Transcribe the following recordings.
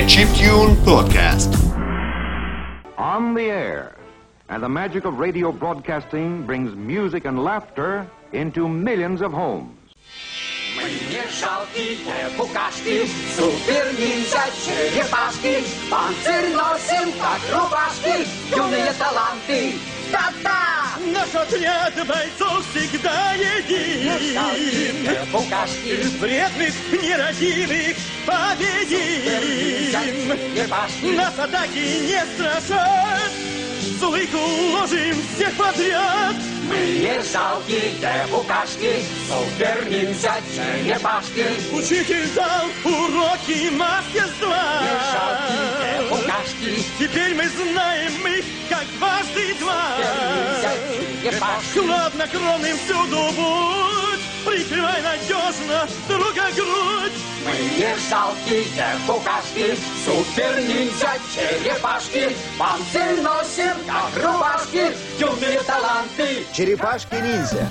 Chiptune Podcast. On the air, and the magic of radio broadcasting brings music and laughter into millions of homes. Мы не жалкие букашки, супер-ниндзя черепашки, панцирь носим, как рубашки, юные таланты, да-да! Наш отряд бойцов всегда един. Жалкие букашки, Вредных, нерадивых победим. черепашки, Нас атаки не страшат, злых уложим всех подряд. мы не жалкие букашки, супер-ниндзя черепашки, Учитель дал уроки мастерства. жалкие букашки, Теперь мы знаем их, как дважды два. черепашки. Хладнокровным всюду будь, прикрывай надежно друга грудь. Мы не жалкие букашки, супер-ниндзя черепашки, панцирь носим, как рубашки, юные таланты. Черепашки-ниндзя.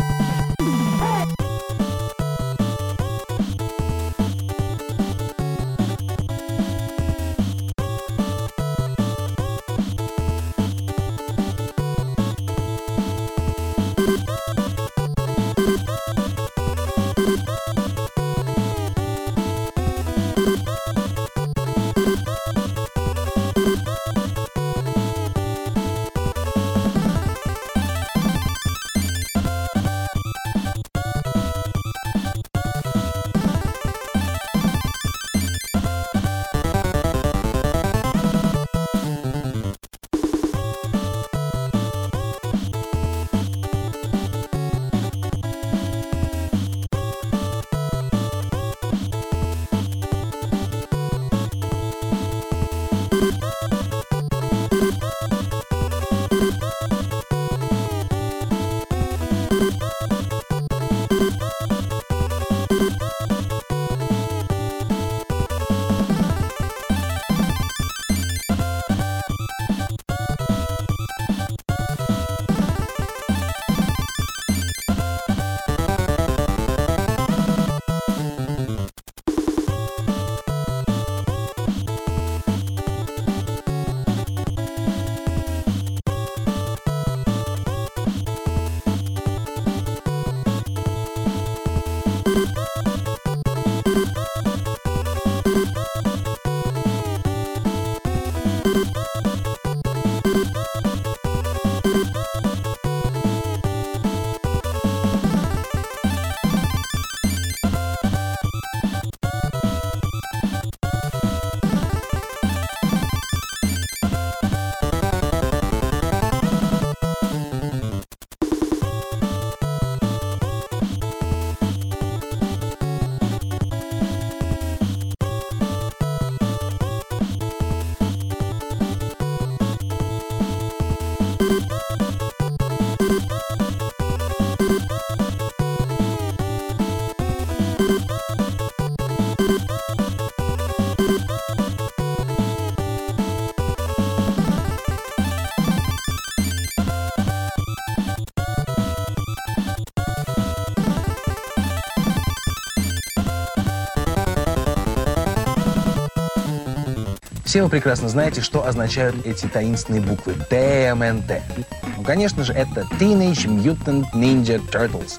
Все вы прекрасно знаете, что означают эти таинственные буквы ТМНТ. Ну, конечно же, это Teenage Mutant Ninja Turtles.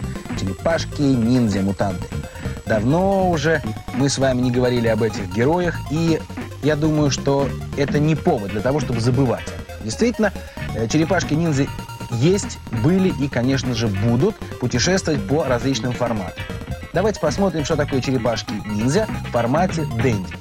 Черепашки-ниндзя-мутанты. Давно уже мы с вами не говорили об этих героях, и я думаю, что это не повод для того, чтобы забывать о них. Действительно, черепашки-ниндзя есть, были и, конечно же, будут путешествовать по различным форматам. Давайте посмотрим, что такое черепашки-ниндзя в формате Денди.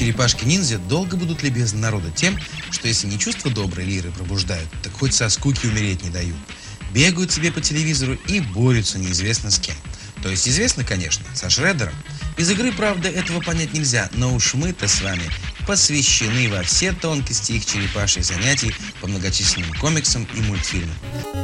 черепашки-ниндзя долго будут любезны народу тем, что если не чувство доброй лиры пробуждают, так хоть со скуки умереть не дают. Бегают себе по телевизору и борются неизвестно с кем. То есть известно, конечно, со Шреддером. Из игры, правда, этого понять нельзя, но уж мы-то с вами посвящены во все тонкости их черепашьих занятий по многочисленным комиксам и мультфильмам.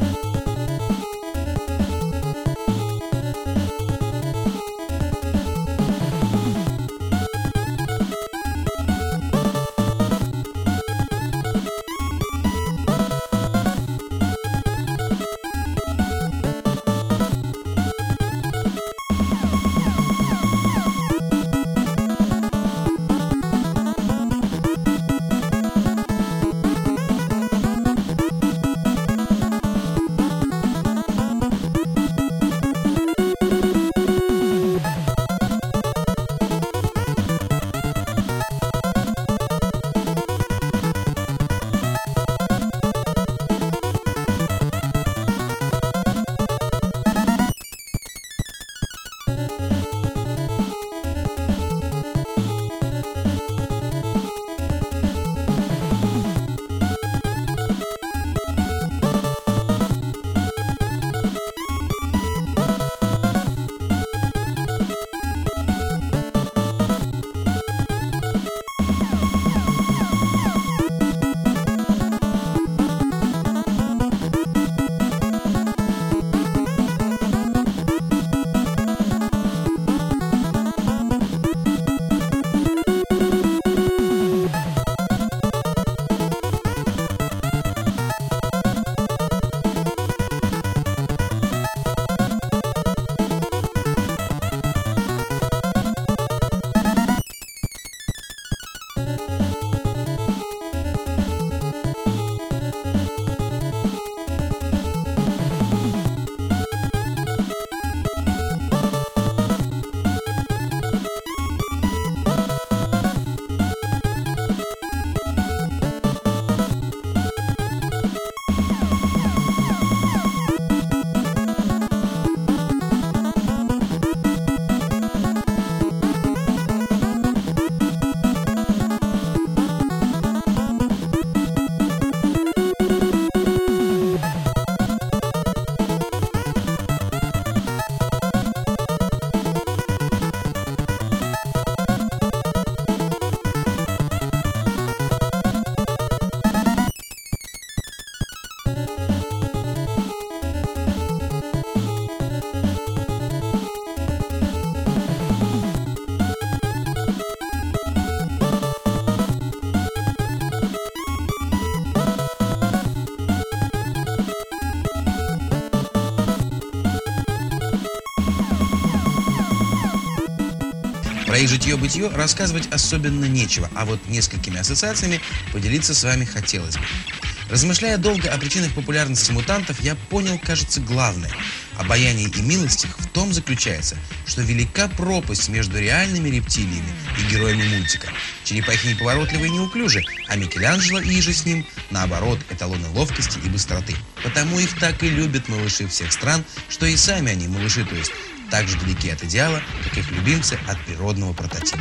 Про их житье-бытие рассказывать особенно нечего, а вот несколькими ассоциациями поделиться с вами хотелось бы. Размышляя долго о причинах популярности мутантов, я понял, кажется, главное. Обаяние и милость их в том заключается, что велика пропасть между реальными рептилиями и героями мультика. Черепахи неповоротливы и неуклюжи, а Микеланджело и иже с ним, наоборот, эталоны ловкости и быстроты. Потому их так и любят малыши всех стран, что и сами они, малыши, то есть, так же далеки от идеала, как их любимцы от природного прототипа.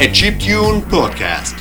A Chiptune Podcast.